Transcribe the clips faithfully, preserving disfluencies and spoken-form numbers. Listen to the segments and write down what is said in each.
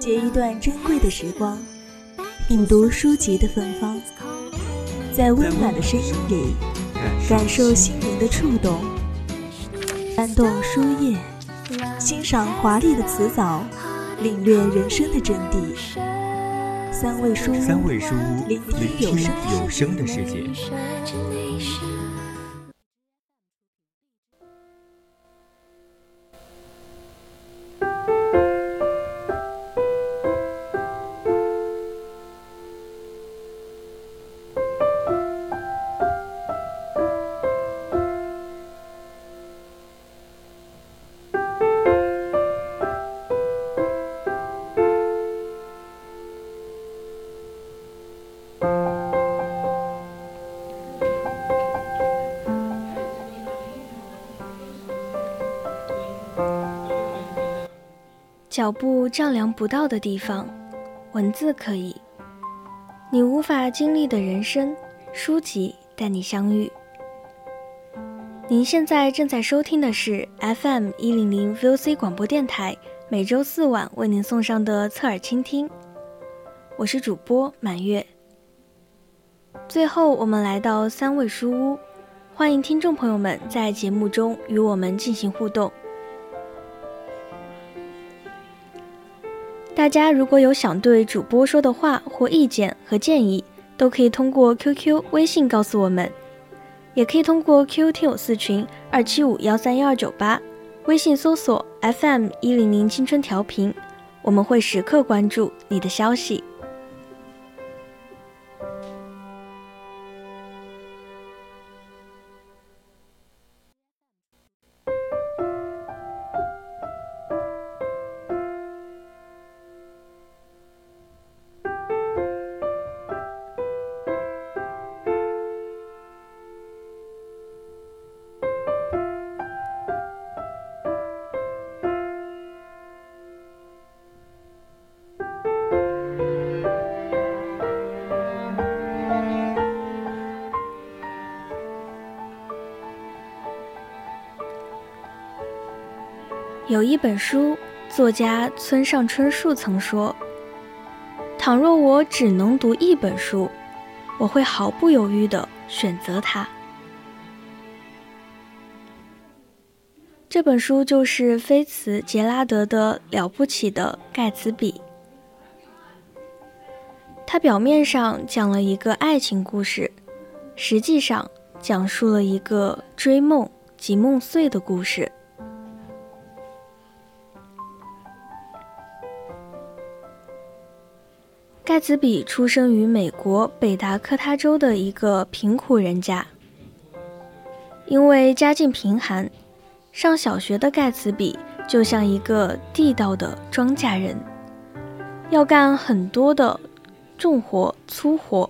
借一段珍贵的时光，品读书籍的芬芳，在温暖的声音里感受心灵的触动，翻动书页，欣赏华丽的词藻，领略人生的真谛。三味书屋， 三味书屋， 聆听有声有声的世界。 脚步丈量不到的地方，文字可以；你无法经历的人生，书籍带你相遇。您现在正在收听的是 F M 一零零 V O C 广播电台，每周四晚为您送上的侧耳倾听。我是主播满月。最后，我们来到三味书屋，欢迎听众朋友们在节目中与我们进行互动。大家如果有想对主播说的话或意见和建议，都可以通过 Q Q 微信告诉我们，也可以通过 Q Q 听友四群二七五一三一二九八，微信搜索 F M 一零零青春调频，我们会时刻关注你的消息。有一本书，作家村上春树曾说，倘若我只能读一本书，我会毫不犹豫地选择它。这本书就是菲茨杰拉德的《了不起的盖茨比》。它表面上讲了一个爱情故事，实际上讲述了一个追梦及梦碎的故事。盖茨比出生于美国北达科他州的一个贫苦人家，因为家境贫寒，上小学的盖茨比就像一个地道的庄稼人，要干很多的重活粗活。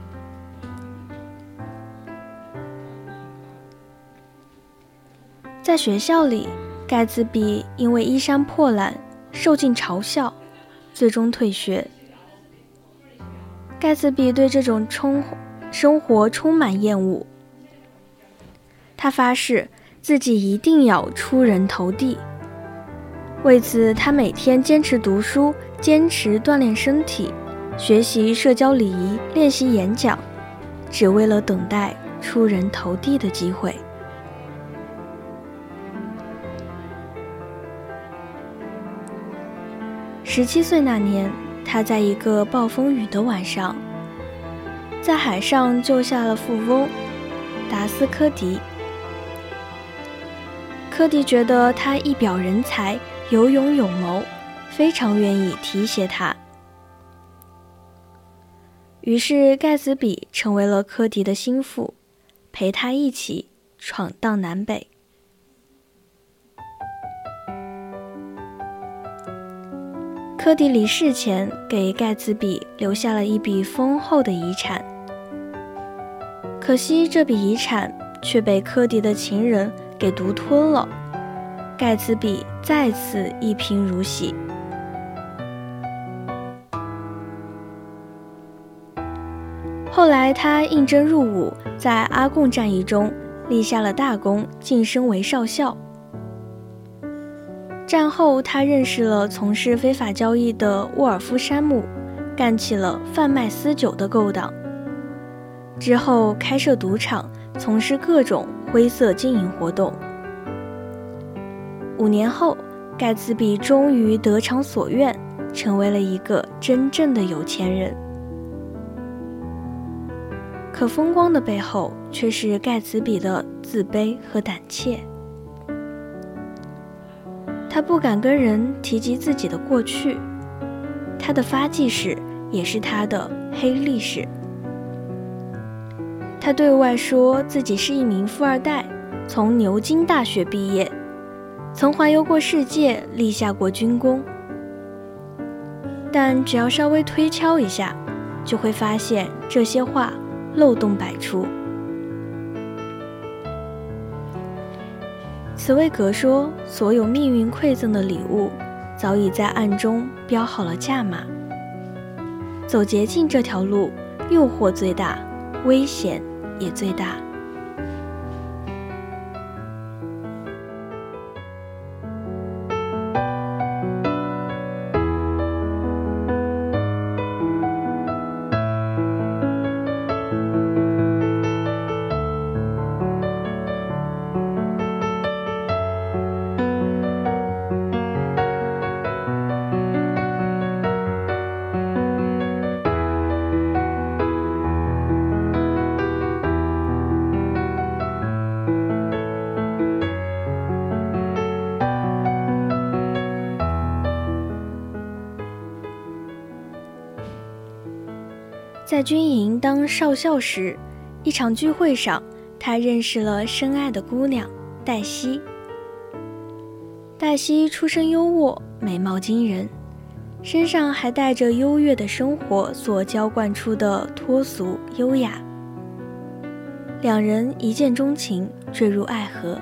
在学校里，盖茨比因为衣衫破烂受尽嘲笑，最终退学。盖茨比对这种充生活充满厌恶，他发誓自己一定要出人头地。为此，他每天坚持读书，坚持锻炼身体，学习社交礼仪，练习演讲，只为了等待出人头地的机会。十七岁那年，他在一个暴风雨的晚上，在海上救下了富翁达斯科迪。科迪觉得他一表人才，有勇有谋，非常愿意提携他。于是盖茨比成为了科迪的心腹，陪他一起闯荡南北。科迪离世前给盖茨比留下了一笔丰厚的遗产，可惜这笔遗产却被科迪的情人给独吞了，盖茨比再次一贫如洗。后来他应征入伍，在阿贡战役中立下了大功，晋升为少校。 战后，他认识了从事非法交易的沃尔夫·山姆，干起了贩卖私酒的勾当。之后开设赌场，从事各种灰色经营活动。五年后，盖茨比终于得偿所愿，成为了一个真正的有钱人。可风光的背后，却是盖茨比的自卑和胆怯。他不敢跟人提及自己的过去，他的发迹史也是他的黑历史。他对外说自己是一名富二代，从牛津大学毕业，曾环游过世界，立下过军功。但只要稍微推敲一下，就会发现这些话漏洞百出。茨威格说，所有命运馈赠的礼物早已在暗中标好了价码。走捷径这条路，诱惑最大，危险也最大。在军营当少校时，一场聚会上，他认识了深爱的姑娘黛西。黛西出身优渥，美貌惊人，身上还带着优越的生活所浇灌出的脱俗优雅。两人一见钟情，坠入爱河。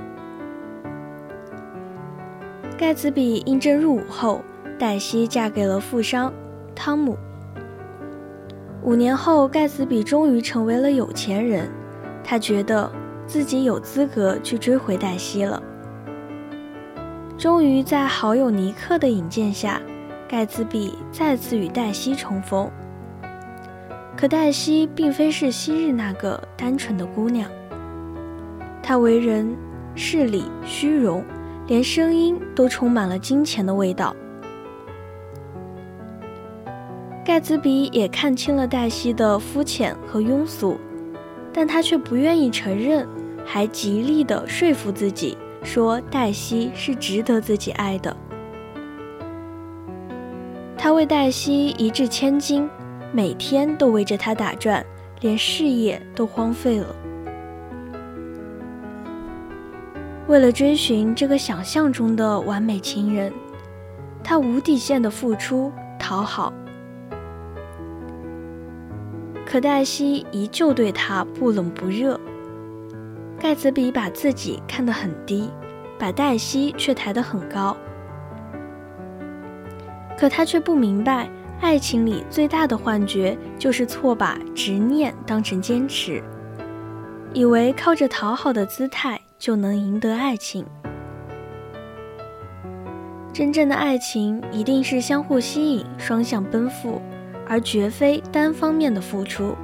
盖茨比应征入伍后，黛西嫁给了富商汤姆。五年后，盖茨比终于成为了有钱人，他觉得自己有资格去追回黛西了。终于在好友尼克的引荐下，盖茨比再次与黛西重逢。可黛西并非是昔日那个单纯的姑娘，她为人势利虚荣，连声音都充满了金钱的味道。盖茨比也看清了黛西的肤浅和庸俗，但他却不愿意承认，还极力地说服自己，说黛西是值得自己爱的。他为黛西一掷千金，每天都围着她打转，连事业都荒废了。为了追寻这个想象中的完美情人，他无底线的付出讨好。可黛西依旧对他不冷不热。盖茨比把自己看得很低，把黛西却抬得很高。可他却不明白，爱情里最大的幻觉就是错把执念当成坚持，以为靠着讨好的姿态就能赢得爱情。真正的爱情一定是相互吸引，双向奔赴，而绝非单方面的付出。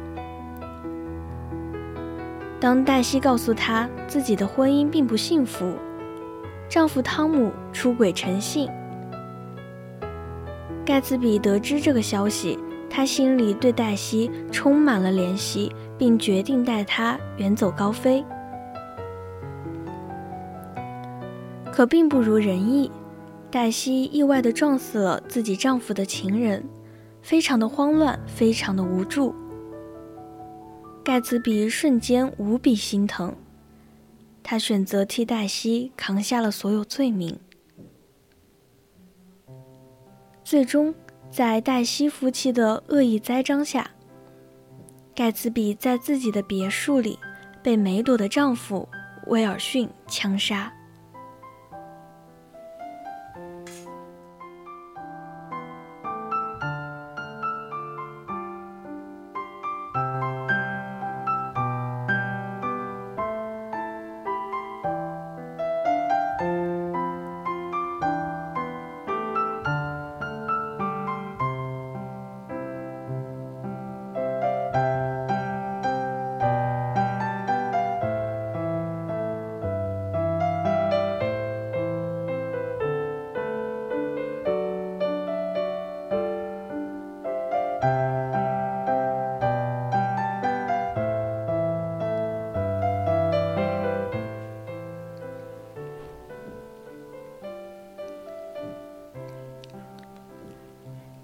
当黛西告诉她自己的婚姻并不幸福，丈夫汤姆出轨成性，盖茨比得知这个消息，他心里对黛西充满了怜惜，并决定带她远走高飞。可并不如人意，黛西意外地撞死了自己丈夫的情人，非常的慌乱，非常的无助。盖茨比瞬间无比心疼，他选择替黛西扛下了所有罪名。最终，在黛西夫妻的恶意栽赃下，盖茨比在自己的别墅里被梅朵的丈夫威尔逊枪杀。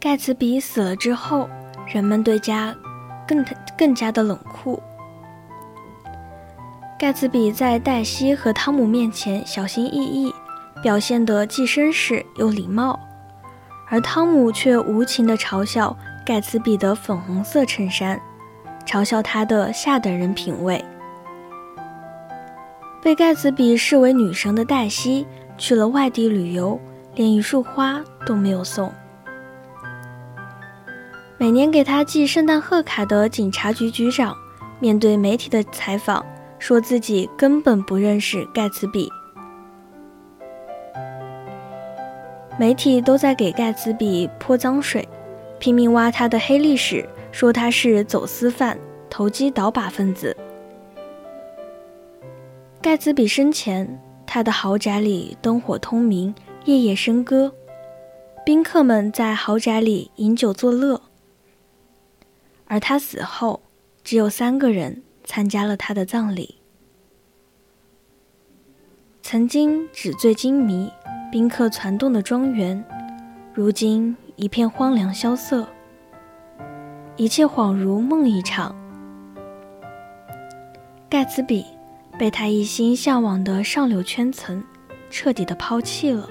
盖茨比死了之后，人们对家更更加的冷酷。盖茨比在黛西和汤姆面前小心翼翼，表现得既绅士又礼貌，而汤姆却无情地嘲笑盖茨比的粉红色衬衫，嘲笑他的下等人品味。被盖茨比视为女神的黛西去了外地旅游，连一束花都没有送。每年给他寄圣诞贺卡的警察局局长面对媒体的采访，说自己根本不认识盖茨比。媒体都在给盖茨比泼脏水，拼命挖他的黑历史，说他是走私犯、投机倒把分子。盖茨比生前，他的豪宅里灯火通明，夜夜笙歌，宾客们在豪宅里饮酒作乐。而他死后，只有三个人参加了他的葬礼。曾经纸醉金迷、宾客攒动的庄园，如今一片荒凉萧瑟，一切恍如梦一场。盖茨比被他一心向往的上流圈层彻底的抛弃了。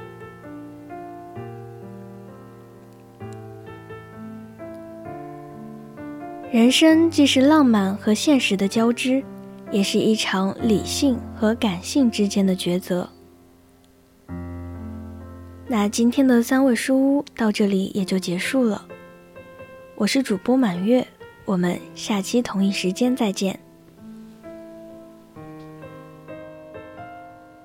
人生既是浪漫和现实的交织，也是一场理性和感性之间的抉择。那今天的三味书屋到这里也就结束了。我是主播满月，我们下期同一时间再见。